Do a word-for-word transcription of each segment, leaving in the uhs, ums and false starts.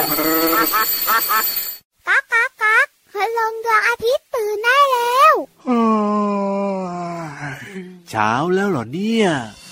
ก๊ากก๊ากก๊ากพลังดวงอาทิตย์ตื่นได้แล้วเช้าแล้วเหรอเนี่ย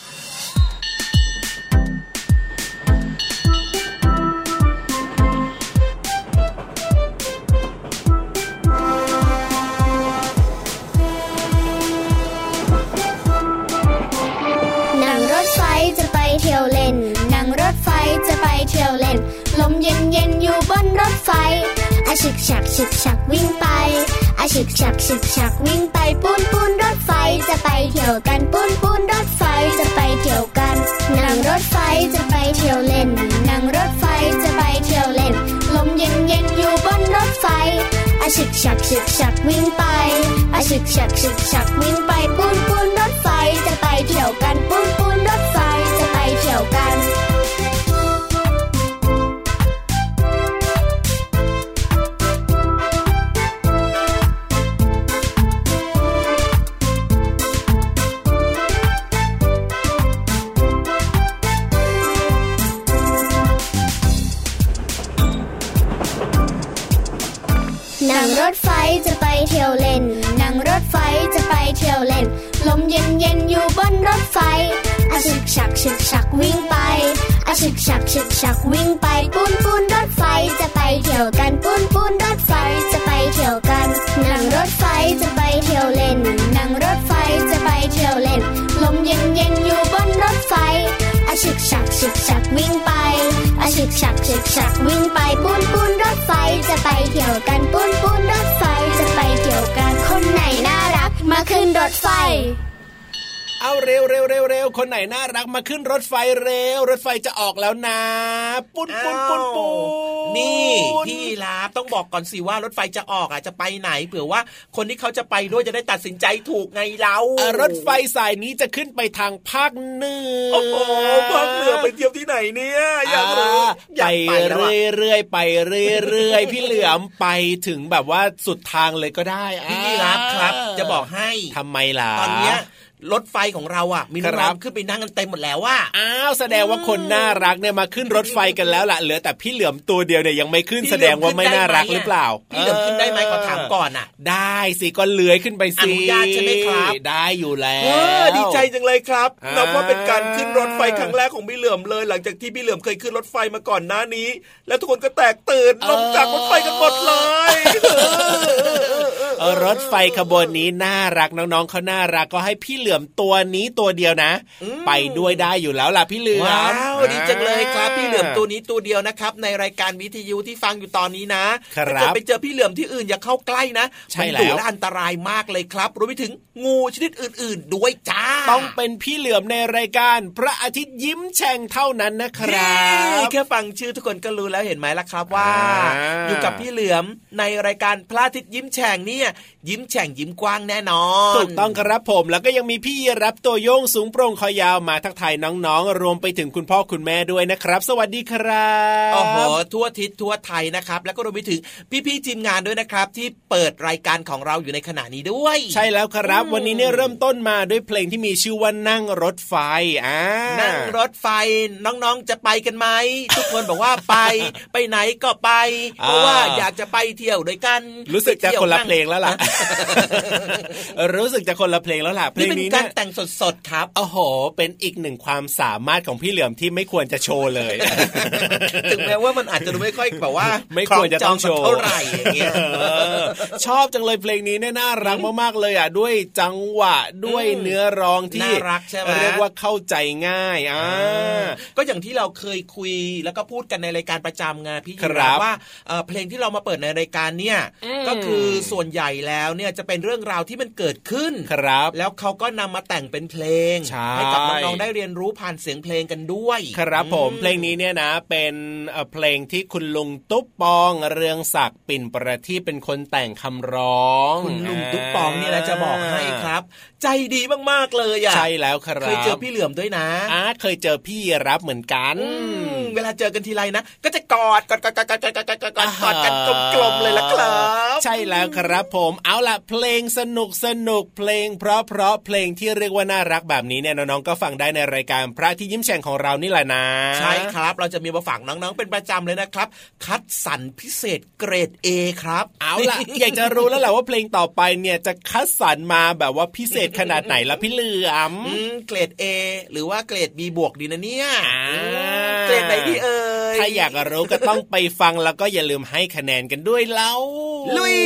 เที่ยวเล่นนั่งรถไฟจะไปเที่ยวเล่นลมเย็นเย็นอยู่บนรถไฟอาฉึกฉักฉึกฉักวิ่งไปอาฉึกฉักฉึกฉักวิ่งไปปูนปูนรถไฟจะไปเที่ยวกันปูนปูนรถไฟจะไปเที่ยวกันนั่งรถไฟจะไปเที่ยวเล่นนั่งรถไฟจะไปเที่ยวเล่นลมเย็นเย็นอยู่บนรถไฟอาฉึกฉักฉึกฉักวิ่งไปอาฉึกฉักฉึกฉักวิ่งไปปูนปูนรถไฟจะไปเที่ยวกันปูนปูนรถไฟจะไปเที่ยวกันนั่งรถไฟจะไปเที่ยวเล่นนั่งรถไฟจะไปเที่ยวเล่นลมเย็นเย็นอยู่บนรถไฟอาฉึกฉักฉึกฉักวิ่งไปอาฉึกฉักฉึกฉักวิ่งไปปูนปูนรถไฟจะไปเที่ยวกันปูนปูนรถไฟจะไปเที่ยวกันนั่งรถไฟจะไปเที่ยวเล่นนั่งรถไฟจะไปเที่ยวเล่นลมเย็นเย็นอยู่บนรถไฟอาฉึกฉักฉึกฉักวิ่งไปอาฉึกฉักฉึกฉักวิ่งไปปูนปูนรถไฟจะไปเที่ยวกันปูนปูนรถไฟจะไปเที่ยวกันคนไหนน่ารักมาขึ้นรถไฟเอาเร็วเร็วเร็วเร็วคนไหนน่ารักมาขึ้นรถไฟเร็วรถไฟจะออกแล้วนะปุ้นปุ้นปุ้นปุ้นนี่พี่ลาบต้องบอกก่อนสิว่ารถไฟจะออกอ่ะจะไปไหนเผื่อว่าคนที่เขาจะไปด้วยจะได้ตัดสินใจถูกไงเรารถไฟสายนี้จะขึ้นไปทางภาคเหนือโอ้โหภาคเหนือไปเที่ยวที่ไหนเนี่ยอยากรู้อยากไปเรื่อยๆไปเรื่อยๆพี่เหลือมไปถึงแบบว่าสุดทางเลยก็ได้พี่ลาบครับจะบอกให้ทำไมล่ะตอนเนี้ยรถไฟของเราอ่ะมีน้องๆขึ้นไปนั่งกันเต็มหมดแล้วว่าอ้าวแสดงว่าคนน่ารักเนี่ยมาขึ้นรถไฟกันแล้วล่ะเหลือแต่พี่เหลือมตัวเดียวเนี่ยยังไม่ขึ้นแสดงว่าไม่น่ารักหรือเปล่าพี่เหลือมขึ้นได้ไหมขอถามก่อนอ่ะได้สิก็เลื้อยขึ้นไปสิอนุญาตใช่ไหมครับได้อยู่แล้วดีใจจังเลยครับนับว่าเป็นการขึ้นรถไฟครั้งแรกของพี่เหลือมเลยหลังจากที่พี่เหลือมเคยขึ้นรถไฟมาก่อนหน้านี้แล้วทุกคนก็แตกตื่นลงจากรถไฟกันหมดเลยรถไฟขบวนนี้น่ารักน้องๆเขาน่ารักก็ให้พี่เหลือมตัวนี้ตัวเดียวนะไปด้วยได้อยู่แล้วล่ะพี่เหลือมว้าวดีจังเลยครับพี่เหลือมตัวนี้ตัวเดียวนะครับในรายการวิทยุที่ฟังอยู่ตอนนี้นะถ้าเกิดไปเจอพี่เหลือมที่อื่นอย่าเข้าใกล้นะมันดุและอันตรายมากเลยครับรวมไปถึงงูชนิดอื่นๆด้วยจ้าต้องเป็นพี่เหลือมในรายการพระอาทิตย์ยิ้มแฉ่งเท่านั้นนะครับแค่ฟังชื่อทุกคนก็รู้แล้วเห็นไหมล่ะครับว่าอยู่กับพี่เหลือมในรายการพระอาทิตย์ยิ้มแฉ่งเนี่ยยิ้มแฉ่งยิ้มกว้างแน่นอนถูกต้องครับผมแล้วก็ยังมีพี่รับตัวโยงสูงโปร่งคอยาวมาทักทายน้องๆรวมไปถึงคุณพ่อคุณแม่ด้วยนะครับสวัสดีครับโอ้โหทั่วทิศทั่วไทยนะครับแล้วก็รวมไปถึงพี่ๆทีมงานด้วยนะครับที่เปิดรายการของเราอยู่ในขณะนี้ด้วยใช่แล้วครับวันนี้เนี่ยเริ่มต้นมาด้วยเพลงที่มีชื่อว่านั่งรถไฟอ่านั่งรถไฟน้องๆจะไปกันไหมทุกคนบอกว่าไปไปไหนก็ไปเพราะว่าอยากจะไปเที่ยวด้วยกันรู้สึกจะคนละเพลงแล้วล่ะรู้สึกจะคนละเพลงแล้วล่ะเพลงนี้เป็นการแต่งสดๆครับโอ้โหเป็นอีกหนึ่งความสามารถของพี่เหลือมที่ไม่ควรจะโชว์เลยถึงแม้ว่ามันอาจจะดูไม่ค่อยแบบว่าไม่ควรจะต้องโชว์เท่าไหร่อย่างเงี้ยชอบจังเลยเพลงนี้เนี่ยน่ารักมากๆเลยอ่ะด้วยจังหวะด้วยเนื้อร้องที่น่ารักใช่ไหมเรียกว่าเข้าใจง่ายอ่าก็อย่างที่เราเคยคุยแล้วก็พูดกันในรายการประจำไงพี่ยีราว่าเพลงที่เรามาเปิดในรายการเนี่ยก็คือส่วนใหญ่แล้วเนี่ยจะเป็นเรื่องราวที่มันเกิดขึ้นครับแล้วเขาก็นำมาแต่งเป็นเพลงให้กับน้องๆได้เรียนรู้ผ่านเสียงเพลงกันด้วยครับผมเพลงนี้เนี่ยนะเป็นเพลงที่คุณลุงตุ๊บปองเรืองศักดิ์ปิ่นประทีปเป็นคนแต่งคำร้องคุณลุงตุ๊บปองนี่แหละจะบอกให้ครับใจดีมากๆเลยอ่ะใช่แล้วครับเคยเจอพี่เหลือมด้วยนะอ่าเคยเจอพี่รับเหมือนกันเวลาลาเจอกันทีไรนะก็จะกอดกอดกอดกอดกอดกอดกอดกอดกอดกอดกันกลมๆเลยละครับใช่แล้วครับผมเอาล่ะเพลงสนุกสนุกเพลงเพราะเพราะเพลงที่เรียกว่าน่ารักแบบนี้เนี่ยน้องๆก็ฟังได้ในรายการพระที่ยิ้มแฉ่งของเรานี่แหละนะใช่ครับเราจะมีมาฝากน้องๆเป็นประจำเลยนะครับคัดสรรพิเศษเกรด A ครับเอาล่ะ อยากจะรู้แล้วแหละว่าเพลงต่อไปเนี่ยจะคัดสรรมาแบบว่าพิเศษขนาดไหนล่ะพี่เหลือมเกรด A หรือว่าเกรด B บวกดีนะเนี่ยเกรดไหนดีเอ่ยถ้าอยากรู้ก็ต้องไปฟังแล้วก็อย่าลืมให้คะแนนกันด้วยเล่าลุย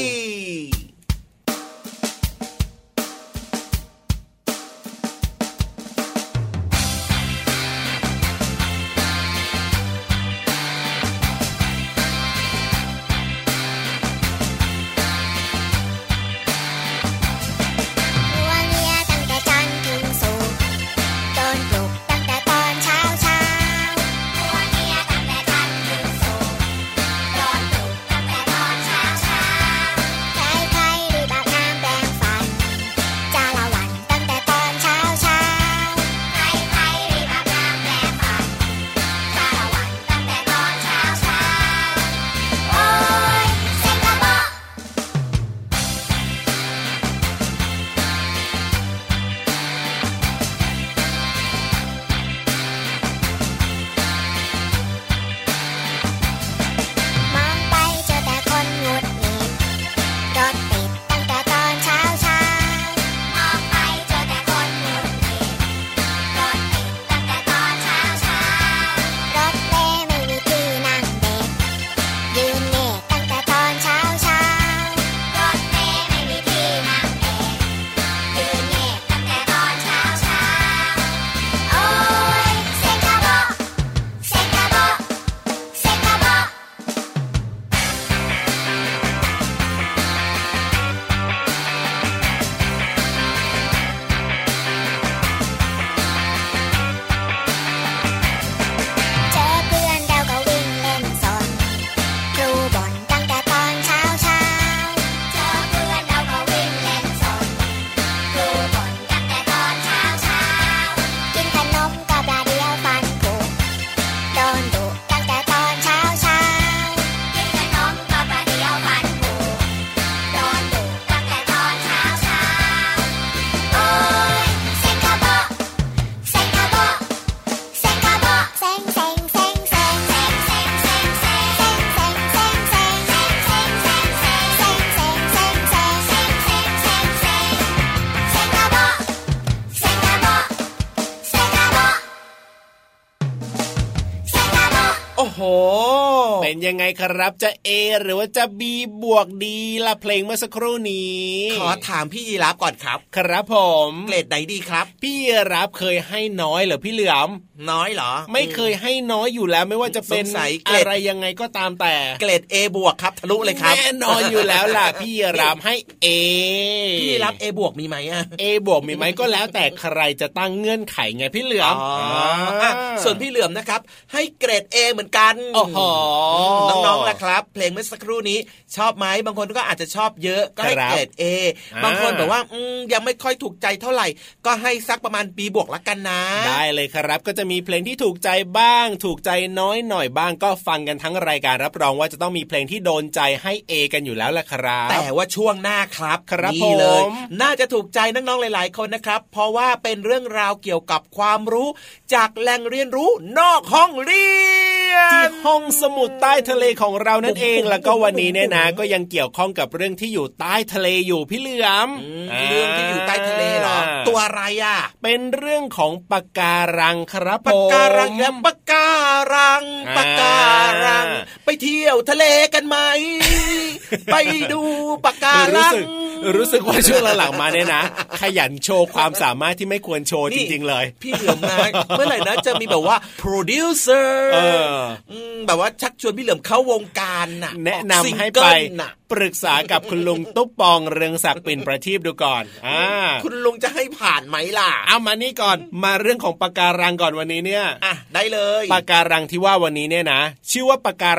เป็นยังไงครับจะ A หรือว่าจะ B บวกดีล่ะเพลงเมื่อสักครู่นี้ขอถามพี่ยีราฟก่อนครับครับผมเกรดไหนดีครับพี่ยีราฟเคยให้น้อยเหรอพี่เหลือมน้อยเหรอไม่เคยให้น้อยอยู่แล้วไม่ว่าจะเป็นอะไรยังไงก็ตามแต่เกรด A บวกครับทะลุเลยครับแน่นอนอยู่แล้วล่ะพี่ยีราฟให้ A พี่ยีราฟ A บวกมีไหมอ่ะ A บวกมีไหมก็แล้วแต่ใครจะตั้งเงื่อนไขไงพี่เหลือมส่วนพี่เหลือมนะครับให้เกรด A เหมือนกันโอ้โหน้องๆล่ะครับเพลงเมื่อสักครู่นี้ชอบไหมบางคนก็อาจจะชอบเยอะก็ให้เกรด A บางคนแบบว่ายังไม่ค่อยถูกใจเท่าไหร่ก็ให้สักประมาณ B บวกละกันนะได้เลยครับก็จะมีเพลงที่ถูกใจบ้างถูกใจน้อยหน่อยบ้างก็ฟังกันทั้งรายการรับรองว่าจะต้องมีเพลงที่โดนใจให้ A กันอยู่แล้วล่ะครับแต่ว่าช่วงหน้าครับครับนี่เลยน่าจะถูกใจน้องๆหลายๆคนนะครับเพราะว่าเป็นเรื่องราวเกี่ยวกับความรู้จากแหล่งเรียนรู้นอกห้องเรียนที่ห้องสมุดใต้ทะเลของเรานั่นเองแล้วก็วันนี้เนี่ยนะก็ยังเกี่ยวข้องกับเรื่องที่อยู่ใต้ทะเลอยู่พี่เหลือมเรื่องที่อยู่ใต้ทะเลเหรอตัวอะไรอ่ะเป็นเรื่องของปะการังครับปะการังและปะการังปะการังไปเที่ยวทะเลกันไหมไปดูปะการังรู้สึกว่าช่วงหลังๆมาเนี่ยนะขยันโชว์ความสามารถที่ไม่ควรโชว์จริงๆเลยพี่เหลือมนะเมื่อไหร่นะจะมีแบบว่า producer แบบว่าชักชวนพี่เหลือมเข้าวงการน่ะแนะนำให้ไปปรึกษากับคุณลุงตุ๊บปองเรืองศักดิ์ปิ่นประทีปดูก่อนอ่าคุณลุงจะให้ผ่านไหมล่ะเอามานี่ก่อนมาเรื่องของปะการังก่อนวันนี้เนี่ยอ่ะได้เลยปะการังที่ว่าวันนี้เนี่ยนะชื่อว่าปะการ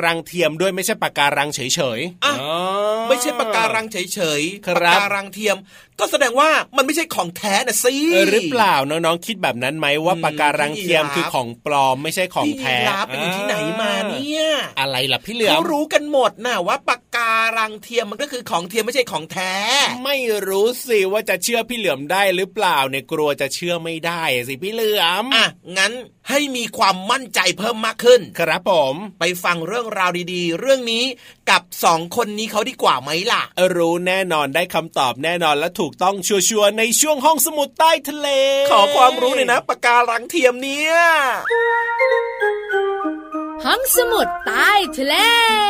รังเทียมด้วยไม่ใช่ปะการังเฉยๆอ๋อไม่ใช่ปะการังเฉยๆปะการังเทียมก็แสดงว่ามันไม่ใช่ของแท้น่ะสิหรือเปล่าน้องๆคิดแบบนั้นไหมว่าปะการังเทียมคือของปลอมไม่ใช่ของแท้ไปอยู่ที่ไหนมาเนี่ยอะไรล่ะพี่เหลือมเขารู้กันหมดนะว่าปะการังเทียมมันก็คือของเทียมไม่ใช่ของแท้ไม่รู้สิว่าจะเชื่อพี่เหลือมได้หรือเปล่าเนี่ยกลัวจะเชื่อไม่ได้สิพี่เหลือมอ่ะงั้นให้มีความมั่นใจเพิ่มมากขึ้นครับผมไปฟังเรื่องราวดีๆเรื่องนี้กับสองคนนี้เขาดีกว่าไหมล่ะรู้แน่นอนได้คำตอบแน่นอนและถูกต้องชัวร์ๆในช่วงห้องสมุดใต้ทะเลขอความรู้หน่อยนะปะการังเทียมเนี่ยห้องสมุดใต้ทะเล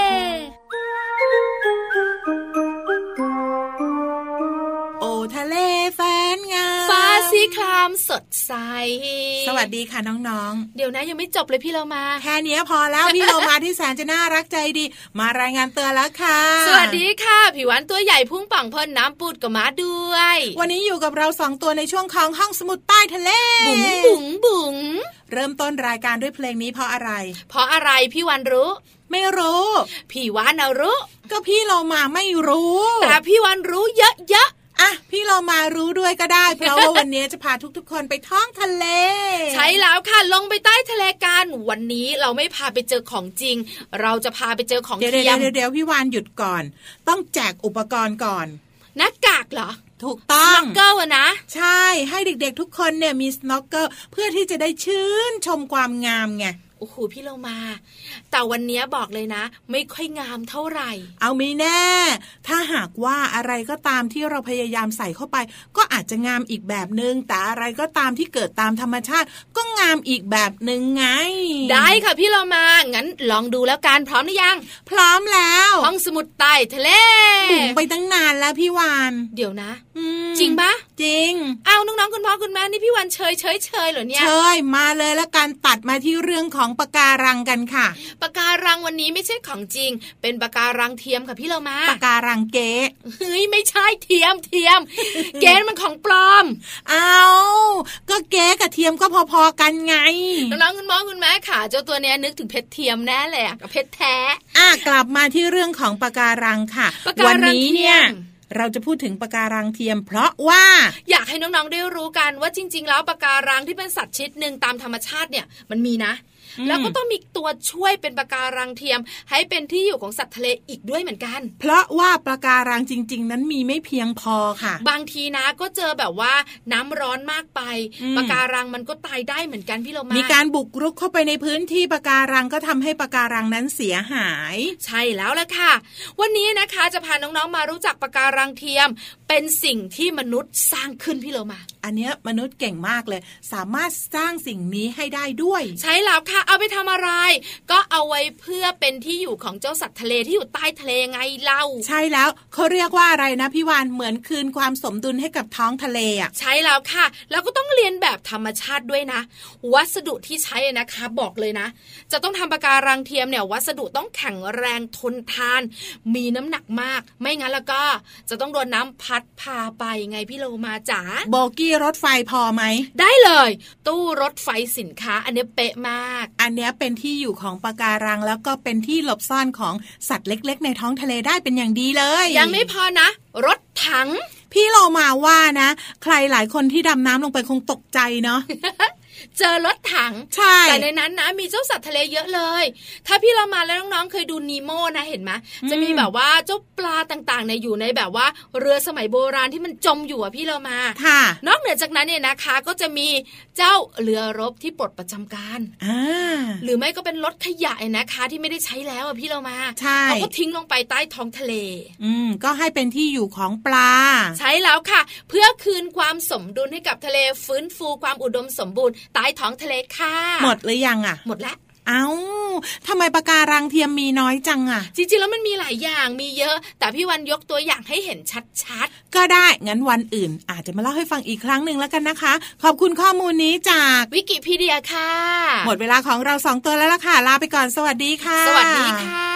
โอ้ทะเลแสนงามฟ้าสีครามสดใสสวัสดีค่ะน้องๆเดี๋ยวนะยังไม่จบเลยพี่เรามาแค่นี้พอแล้ว พี่เรามาที่แสนจะน่ารักใจดีมารายงานเตือนแล้วค่ะสวัสดีค่ะผิวหวานตัวใหญ่พุ่งป่องพ่นน้ำปูดกับม้าด้วยวันนี้อยู่กับเราสองตัวในช่วงของห้องสมุดใต้ทะเลบุ๋งบุ๋งบุ๋งเริ่มต้นรายการด้วยเพลงนี้เพราะอะไรเพราะอะไรพี่วันรู้ไม่รู้พี่วานเอารู้ก็พี่เรามาไม่รู้แต่พี่วันรู้เยอะอ่ะพี่เรามารู้ด้วยก็ได้เพราะว่าวันนี้จะพาทุกๆคนไปท่องทะเลใช่แล้วค่ะลงไปใต้ทะเลกันวันนี้เราไม่พาไปเจอของจริงเราจะพาไปเจอของเทียมเดี๋ยวเดี๋ยวพี่วานหยุดก่อนต้องแจกอุปกรณ์ก่อนหน้ากากเหรอถูกต้องสโนว์เกิลอะนะใช่ให้เด็กๆทุกคนเนี่ยมีสโนว์เกิลเพื่อที่จะได้ชื่นชมความงามไงโอ้โหพี่เรามาแต่วันนี้บอกเลยนะไม่ค่อยงามเท่าไหร่เอาไม่แน่ถ้าหากว่าอะไรก็ตามที่เราพยายามใส่เข้าไปก็อาจจะงามอีกแบบนึงแต่อะไรก็ตามที่เกิดตามธรรมชาติก็งามอีกแบบนึงไงได้ค่ะพี่เรามางั้นลองดูแล้วกันพร้อมหรือยังพร้อมแล้วห้องสมุดใต้ทะเลบุ๋งไปตั้งนานแล้วพี่วานเดี๋ยวนะจริงปะจริงเอาน้องๆคุณพ่อคุณแม่นี่พี่วันเฉยเฉยเฉยเหรอเนี่ยเฉยมาเลยแล้วการตัดมาที่เรื่องของปะการังกันค่ะปะการังวันนี้ไม่ใช่ของจริงเป็นปะการังเทียมค่ะพี่เรามาปะการังเก๊เฮ้ยไม่ใช่เทียมเทียม เก๊มันของปลอมเอาก็เก๊กับเทียมก็พอๆกันไงน้องๆคุณพ่อคุณแม่ค่ะเจ้าตัวเนี้ยนึกถึงเพชรเทียมแน่เลยกับเพชรแท้อ่ะกลับมาที่เรื่องของปะการังค่ะวันนี้เนี่ยเราจะพูดถึงปะการังเทียมเพราะว่าอยากให้น้องๆได้รู้กันว่าจริงๆแล้วปะการังที่เป็นสัตว์ชนิดหนึ่งตามธรรมชาติเนี่ยมันมีนะแล้วก็ต้องมีตัวช่วยเป็นปะการังเทียมให้เป็นที่อยู่ของสัตว์ทะเลอีกด้วยเหมือนกันเพราะว่าปะการังจริงๆนั้นมีไม่เพียงพอค่ะบางทีนะก็เจอแบบว่าน้ำร้อนมากไปปะการังมันก็ตายได้เหมือนกันพี่โลมามีการบุกรุกเข้าไปในพื้นที่ปะการังก็ทำให้ปะการังนั้นเสียหายใช่แล้วล่ะค่ะวันนี้นะคะจะพาน้องๆมารู้จักปะการังเทียมเป็นสิ่งที่มนุษย์สร้างขึ้นพี่โลมาอันนี้มนุษย์เก่งมากเลยสามารถสร้างสิ่งนี้ให้ได้ด้วยใช่แล้วค่ะเอาไปทำอะไรก็เอาไว้เพื่อเป็นที่อยู่ของเจ้าสัตว์ทะเลที่อยู่ใต้ทะเลไงเล่าใช่แล้วเขาเรียกว่าอะไรนะพี่วานเหมือนคืนความสมดุลให้กับท้องทะเลอ่ะใช่แล้วค่ะแล้วก็ต้องเรียนแบบธรรมชาติด้วยนะวัสดุที่ใช้นะคะบอกเลยนะจะต้องทำปะการังเทียมเนี่ยวัสดุต้องแข็งแรงทนทานมีน้ำหนักมากไม่งั้นแล้วก็จะต้องโดนน้ำพัดพาไปไงพี่โลมาจ๋าโบกี้รถไฟพอไหมได้เลยตู้รถไฟสินค้าอันนี้เป๊ะมากอันนี้เป็นที่อยู่ของปะการังแล้วก็เป็นที่หลบซ่อนของสัตว์เล็กๆในท้องทะเลได้เป็นอย่างดีเลยยังไม่พอนะรถถังพี่โลมาว่านะใครหลายคนที่ดำน้ำลงไปคงตกใจเนาะเจอรถถังแต่ในนั้นนะมีเจ้าสัตว์ทะเลเยอะเลยถ้าพี่เรามาแล้วน้องๆเคยดูนีโม่นะเห็นไหมจะมีแบบว่าเจ้าปลาต่างๆเนี่ยอยู่ในแบบว่าเรือสมัยโบราณที่มันจมอยู่อะพี่เรามาค่ะนอกเหนือจากนั้นเนี่ยนะคะก็จะมีเจ้าเรือรบที่ปลดประจำการหรือไม่ก็เป็นรถขยะนะคะที่ไม่ได้ใช้แล้วอะพี่เรามาเขาก็ทิ้งลงไปใต้ท้องทะเลอืมก็ให้เป็นที่อยู่ของปลาใช้แล้วค่ะเพื่อคืนความสมดุลให้กับทะเลฟื้นฟูความอุดมสมบูรณ์ใต้ท้องทะเลค่ะหมดหรือยังอ่ะหมดแล้วเอ้าทำไมปะการังเทียมมีน้อยจังอ่ะจริงๆแล้วมันมีหลายอย่างมีเยอะแต่พี่วันยกตัวอย่างให้เห็นชัดๆก็ได้งั้นวันอื่นอาจจะมาเล่าให้ฟังอีกครั้งหนึ่งแล้วกันนะคะขอบคุณข้อมูลนี้จากวิกิพีเดียค่ะหมดเวลาของเราสองตัวแล้วล่ะค่ะลาไปก่อนสวัสดีค่ะสวัสดีค่ะ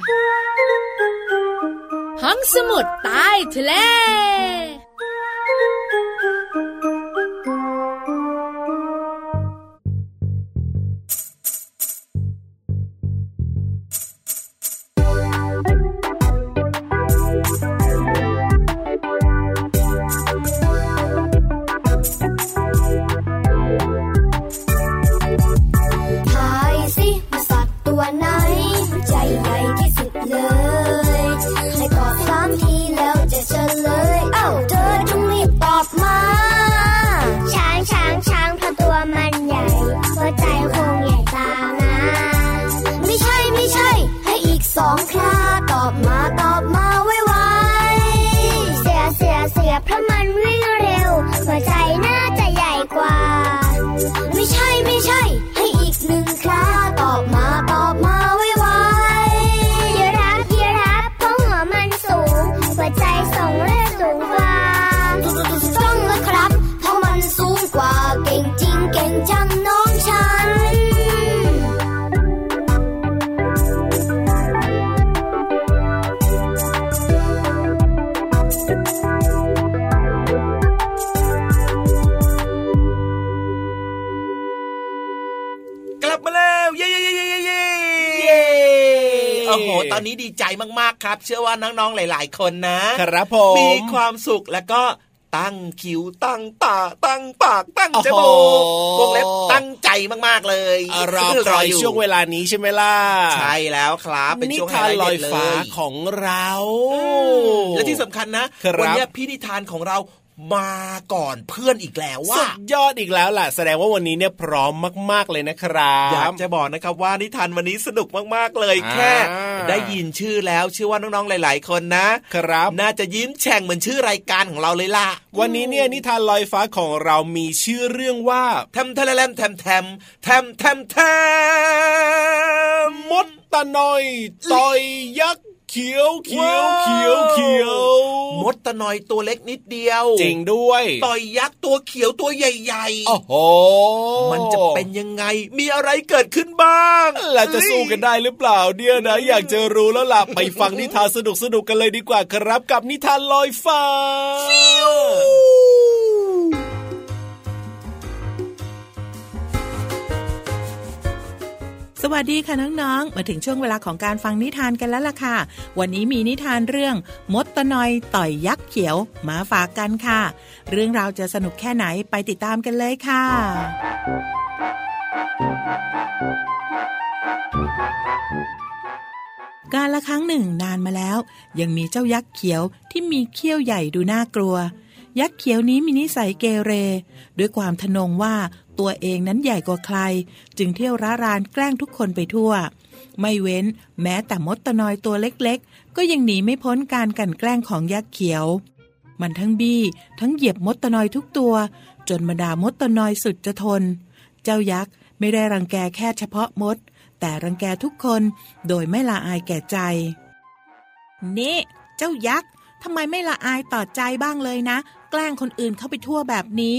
ห้องสมุดใต้ทะเลโอ้โหตอนนี้ดีใจมากๆครับเชื่อว่าน้องๆหลายๆคนนะครับผมมีความสุขแล้วก็ตั้งคิ้วตั้งตาตั้งปากตั้งจมูกวงเล็บตั้งใจมากๆเลยรอคอยช่วงเวลานี้ใช่ไหมล่ะใช่แล้วครับเป็นช่วงไฮไลท์ลอยฟ้าของเราและที่สำคัญนะวันนี้พี่นิทานของเรามาก่อนเพื่อนอีกแล้วว่าสุดยอดอีกแล้วล่ะแสดงว่าวันนี้เนี่ยพร้อมมากๆเลยนะครับอยากจะบอกนะครับว่านิทานวันนี้สนุกมากๆเลยแค่ได้ยินชื่อแล้วเชื่อว่าน้องๆหลายๆคนนะครับน่าจะยิ้มแฉ่งเหมือนชื่อรายการของเราเลยล่ะวันนี้เนี่ยนิทานลอยฟ้าของเรามีชื่อเรื่องว่าแทมแทมแทมแทมแทมแทมแทมมดตะนอยต่อยยักษ์เขียวเขียวเขียวเขียวมดตะนอยตัวเล็กนิดเดียวจริงด้วยต่อยยักษ์ตัวเขียวตัวใหญ่ๆโอ้โหมันจะเป็นยังไงมีอะไรเกิดขึ้นบ้างแล้วจะสู้กันได้หรือเปล่าเนี่ยนะอยากจะรู้แล้วล่ะไปฟังนิทานสนุกๆกันเลยดีกว่าครับกับนิทานลอยฟ้าสวัสดีค่ะน้องๆมาถึงช่วงเวลาของการฟังนิทานกันแล้วล่ะค่ะวันนี้มีนิทานเรื่องมดตะนอยต่อยยักษ์เขียวมาฝากกันค่ะเรื่องราวจะสนุกแค่ไหนไปติดตามกันเลยค่ะกาลครั้งหนึ่งนานมาแล้วยังมีเจ้ายักษ์เขียวที่มีเขี้ยวใหญ่ดูน่ากลัวยักษ์เขียวนี้มีนิสัยเกเรด้วยความทะนงว่าตัวเองนั้นใหญ่กว่าใครจึงเที่ยวร้ารานแกล้งทุกคนไปทั่วไม่เว้นแม้แต่มดตะนอยตัวเล็กๆก็ยังหนีไม่พ้นการกลั่นแกล้งของยักษ์เขียวมันทั้งบี้ทั้งเหยียบมดตะนอยทุกตัวจนบรรดามดตะนอยสุดจะทนเจ้ายักษ์ไม่ได้รังแกแค่เฉพาะมดแต่รังแกทุกคนโดยไม่ละอายแก่ใจนี่เจ้ายักษ์ทำไมไม่ละอายต่อใจบ้างเลยนะแกล้งคนอื่นเข้าไปทั่วแบบนี้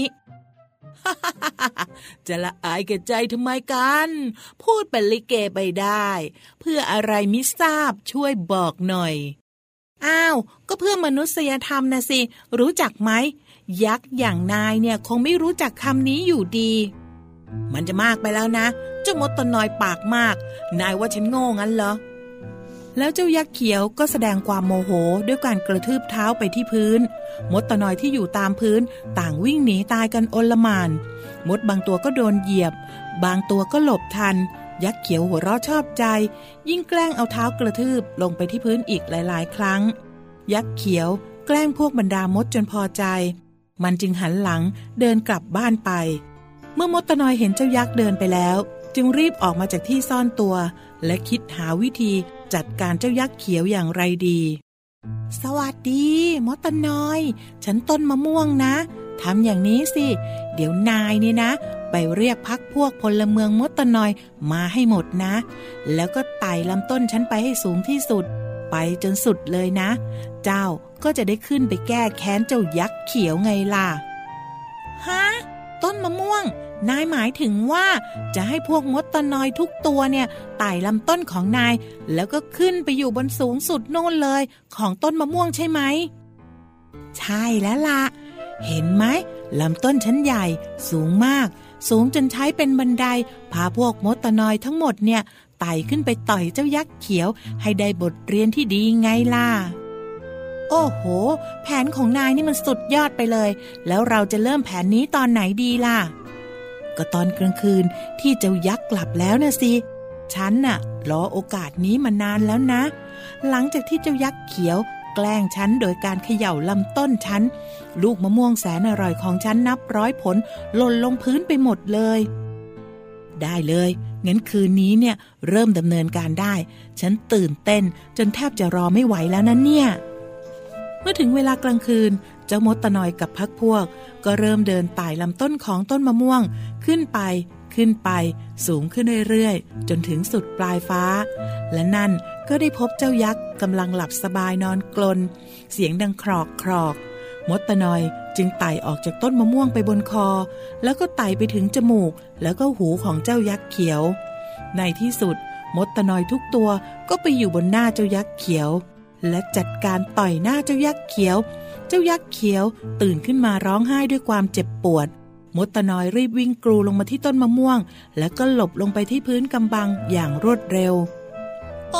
จะละอายแก่ใจทำไมกันพูดเป็นลิเกไปได้เพื่ออะไรมิทราบช่วยบอกหน่อยอ้าวก็เพื่อมนุษยธรรมนะสิรู้จักไหมยักษ์อย่างนายเนี่ยคงไม่รู้จักคำนี้อยู่ดีมันจะมากไปแล้วนะเจ้ามดตะนอยปากมากนายว่าฉันโง่งั้นเหรอแล้วเจ้ายักษ์เขียวก็แสดงความโมโหด้วยการกระทืบเท้าไปที่พื้นมดตะนอยที่อยู่ตามพื้นต่างวิ่งหนีตายกันโอลหม่านมดบางตัวก็โดนเหยียบบางตัวก็หลบทันยักษ์เขียวหัวเราะชอบใจยิ่งแกล้งเอาเท้ากระทืบลงไปที่พื้นอีกหลายๆครั้งยักษ์เขียวแกล้งพวกบรรดามดจนพอใจมันจึงหันหลังเดินกลับบ้านไปเมื่อมดตะนอยเห็นเจ้ายักษ์เดินไปแล้วจึงรีบออกมาจากที่ซ่อนตัวและคิดหาวิธีจัดการเจ้ายักษ์เขียวอย่างไรดีสวัสดีมดตะนอยฉันต้นมะม่วงนะทำอย่างนี้สิเดี๋ยวนายเนี่ยนะไปเรียกพรรคพวกพลเมืองมดตะนอยมาให้หมดนะแล้วก็ไต่ลำต้นฉันไปให้สูงที่สุดไปจนสุดเลยนะเจ้าก็จะได้ขึ้นไปแก้แค้นเจ้ายักษ์เขียวไงล่ะฮะต้นมะม่วงนายหมายถึงว่าจะให้พวกมดตะนอยทุกตัวเนี่ยไต่ลำต้นของนายแล้วก็ขึ้นไปอยู่บนสูงสุดโน่นเลยของต้นมะม่วงใช่ไหมใช่แล้วล่ะเห็นไหมลำต้นชั้นใหญ่สูงมากสูงจนใช้เป็นบันไดพาพวกมดตะนอยทั้งหมดเนี่ยไต่ขึ้นไปต่อยเจ้ายักษ์เขียวให้ได้บทเรียนที่ดีไงล่ะโอ้โหแผนของนายนี่มันสุดยอดไปเลยแล้วเราจะเริ่มแผนนี้ตอนไหนดีล่ะก็ตอนกลางคืนที่เจ้ายักษ์กลับแล้วนะสิฉันน่ะรอโอกาสนี้มานานแล้วนะหลังจากที่เจ้ายักษ์เขียวแกล้งฉันโดยการเขย่าลำต้นฉันลูกมะม่วงแสนอร่อยของฉันนับร้อยผลหล่นลงพื้นไปหมดเลยได้เลยงั้นคืนนี้เนี่ยเริ่มดำเนินการได้ฉันตื่นเต้นจนแทบจะรอไม่ไหวแล้วนะเนี่ยเมื่อถึงเวลากลางคืนเจ้ามดตะนอยกับพรรคพวกก็เริ่มเดินไต่ลำต้นของต้นมะม่วงขึ้นไปขึ้นไปสูงขึ้นเรื่อยๆจนถึงสุดปลายฟ้าและนั่นก็ได้พบเจ้ายักษ์กำลังหลับสบายนอนกลนเสียงดังครอกครอกมดตะนอยจึงไต่ออกจากต้นมะม่วงไปบนคอแล้วก็ไต่ไปถึงจมูกแล้วก็หูของเจ้ายักษ์เขียวในที่สุดมดตะนอยทุกตัวก็ไปอยู่บนหน้าเจ้ายักษ์เขียวและจัดการต่อยหน้าเจ้ายักษ์เขียวเจ้ายักษ์เขียวตื่นขึ้นมาร้องไห้ด้วยความเจ็บปวดมดตะนอยรีบวิ่งกรูลงมาที่ต้นมะม่วงแล้วก็หลบลงไปที่พื้นกำบังอย่างรวดเร็วโอ้โห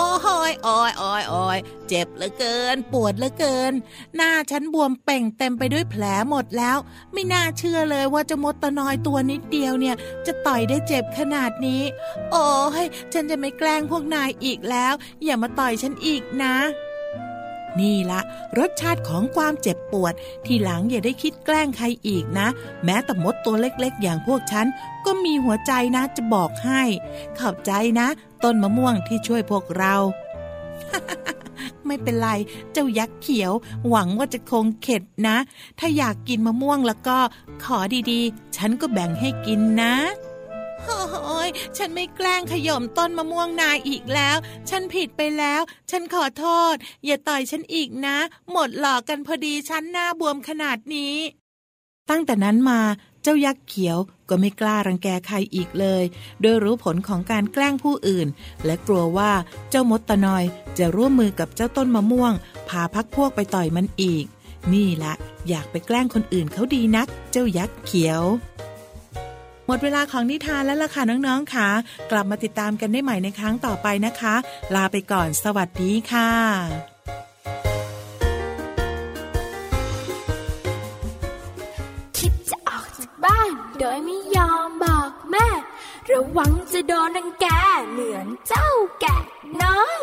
ยโอยโอยโอยเจ็บเหลือเกินปวดเหลือเกินหน้าฉันบวมเป่งเต็มไปด้วยแผลหมดแล้วไม่น่าเชื่อเลยว่าเจ้ามดตะนอยตัวนิดเดียวเนี่ยจะต่อยได้เจ็บขนาดนี้โอ้ยฉันจะไม่แกล้งพวกนายอีกแล้วอย่ามาต่อยฉันอีกนะนี่ละรสชาติของความเจ็บปวดทีหลังอย่าได้คิดแกล้งใครอีกนะแม้แต่มดตัวเล็กๆอย่างพวกฉันก็มีหัวใจนะจะบอกให้ขอบใจนะต้นมะม่วงที่ช่วยพวกเรา ไม่เป็นไรเจ้ายักษ์เขียวหวังว่าจะคงเข็ดนะถ้าอยากกินมะม่วงแล้วก็ขอดีๆฉันก็แบ่งให้กินนะโอ้ยฉันไม่แกล้งขย่มต้นมะม่วงนายอีกแล้วฉันผิดไปแล้วฉันขอโทษอย่าต่อยฉันอีกนะหมดหลอกกันพอดีฉันหน้าบวมขนาดนี้ตั้งแต่นั้นมาเจ้ายักษ์เขียวก็ไม่กล้ารังแกใครอีกเลยโดยรู้ผลของการแกล้งผู้อื่นและกลัวว่าเจ้ามดตะนอยจะร่วมมือกับเจ้าต้นมะม่วงพาพักพวกไปต่อยมันอีกนี่ละอยากไปแกล้งคนอื่นเขาดีนักเจ้ายักษ์เขียวหมดเวลาของนิทานแล้วล่ะค่ะน้องๆค่ะกลับมาติดตามกันได้ใหม่ในครั้งต่อไปนะคะลาไปก่อนสวัสดีค่ะคิดจะออกจากบ้านโดยไม่ยอมบอกแม่ระวังจะโดนรังแกเหมือนเจ้าแกะน้อย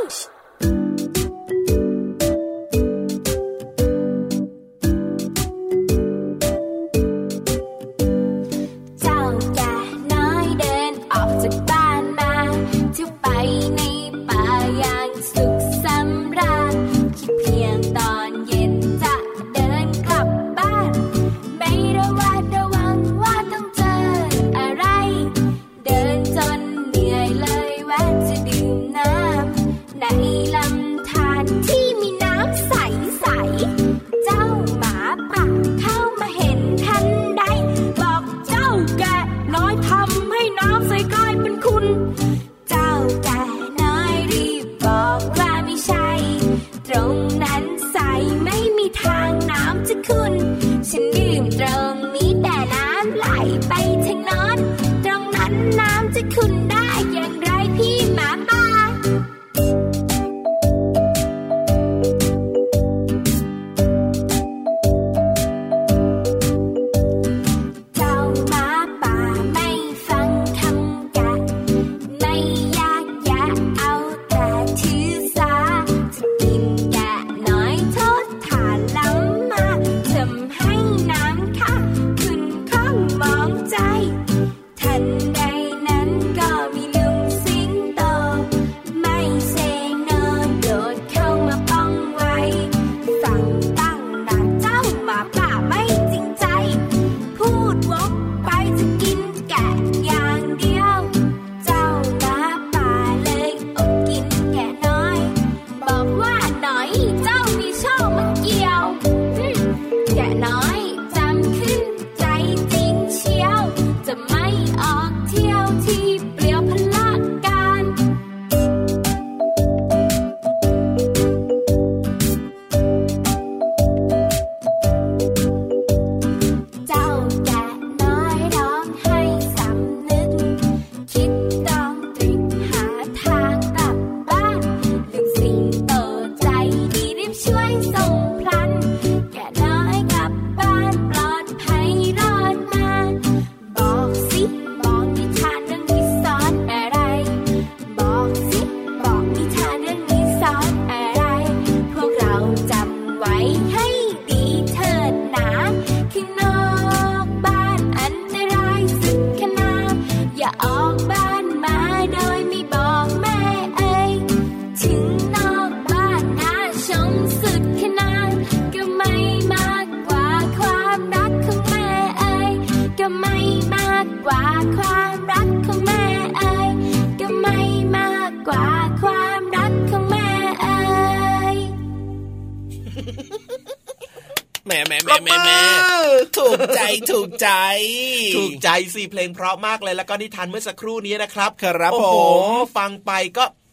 แม่แม่แม่แม่แม่ถูกใจถูกใจถูกใจสิเพลงเพราะมากเลยแล้วก็นิทานเมื่อสักครู่นี้นะครับครับผมฟังไปก็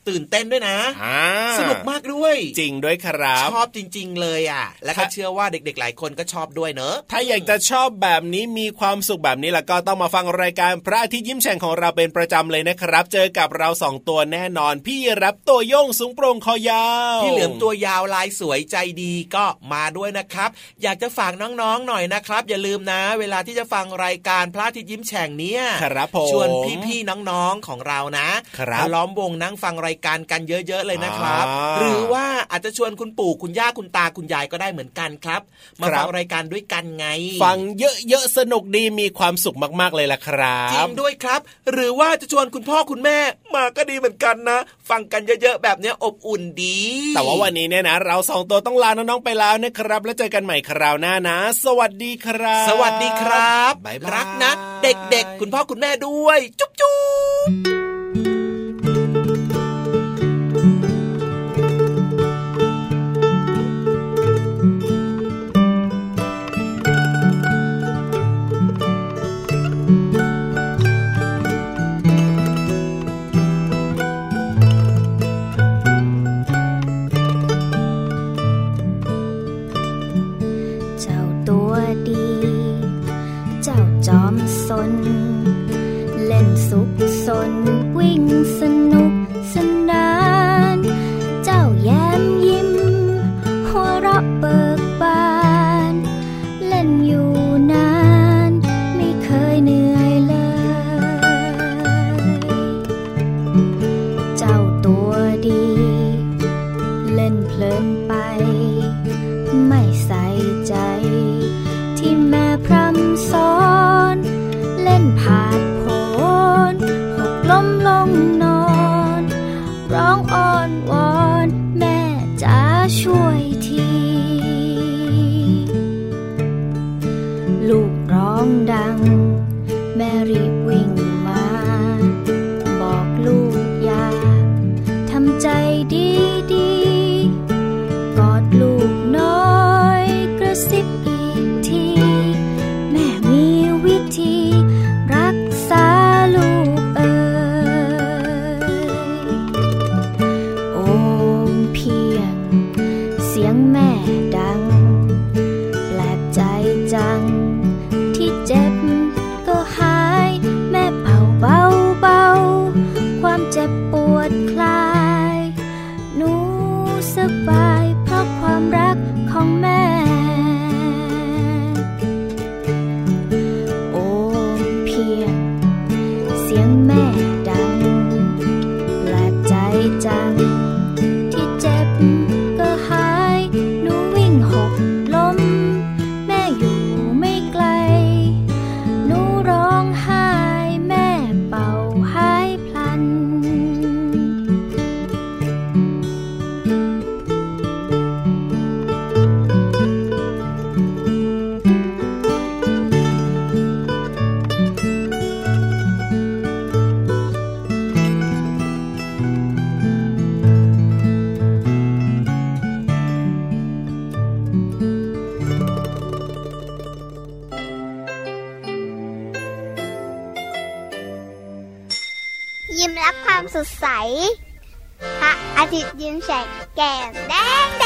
ตื่นเต้นด้วยนะสนุกมากด้วยจริงด้วยครับชอบจริงๆเลยอ่ะและก็เชื่อว่าเด็กๆหลายคนก็ชอบด้วยเนอะถ้าอยากจะชอบแบบนี้มีความสุขแบบนี้แล้วก็ต้องมาฟังรายการพระอาทิตย์ยิ้มแฉ่งของเราเป็นประจำเลยนะครับเจอกับเราสองตัวแน่นอนพี่รับตัวโยงสูงโปร่งคอยาวพี่เหลือมตัวยาวลายสวยใจดีก็มาด้วยนะครับอยากจะฝากน้องๆหน่อยนะครับอย่าลืมนะเวลาที่จะฟังรายการพระอาทิตย์ยิ้มแฉ่งเนี้ยชวนพี่ๆน้องๆของเรานะมาล้อมวงนั่งฟังรายการกันเยอะๆเลยนะครับหรือว่าอาจจะชวนคุณปู่คุณย่าคุณตาคุณยายก็ได้เหมือนกันครับมาฟังรายการด้วยกันไงฟังเยอะๆสนุกดีมีความสุขมากๆเลยล่ะครับจริงด้วยครับหรือว่าจะชวนคุณพ่อคุณแม่มาก็ดีเหมือนกันนะฟังกันเยอะๆแบบนี้อบอุ่นดีแต่ว่าวันนี้เนี่ยนะเราสองตัวต้องลาน้องๆไปแล้วนะครับแล้วเจอกันใหม่คราวหน้านะสวัสดีครับสวัสดีครับรักนะเด็กๆคุณพ่อคุณแม่ด้วยจุ๊บจุ๊บเล่นสุขสนวิ่งสนุกสนานเจ้าแย้มยิ้มหัวเราะเบิกบานเล่นอยู่นานไม่เคยเหนื่อยเลยเจ้าตัวดีเล่นเพลินไปไม่ใส่ใจที่แม่พร่ำสอนเล่นผาดโผนหกล้มลงนอนร้องอ้อนวอนแม่จ๋าช่วยทีลูกร้องดังแม่รีบวิ่งมาบอกลูกอย่าทำใจดีดีกอดลูกน้อยกระซิบอีกทีแม่มีวิธีรักษาลูกเอ๋ยโอมเพียงเสียงแม่ดังแปลกใจจังที่เจ็บก็หายแม่เป่าเบาเบาความเจ็บปวดคลายหนูสบายเพราะความรักของแม่โอมเพียงเสียงแม่ดังแปลกใจจังที่เจ็บก็หายหนูวิ่งหกล้มแม่อยู่ไม่ไกลหนูร้องไห้แม่เป่าหายพลันยิ้มรับความสดใสพระอาทิตย์ยิ้มแฉกแก้มแดง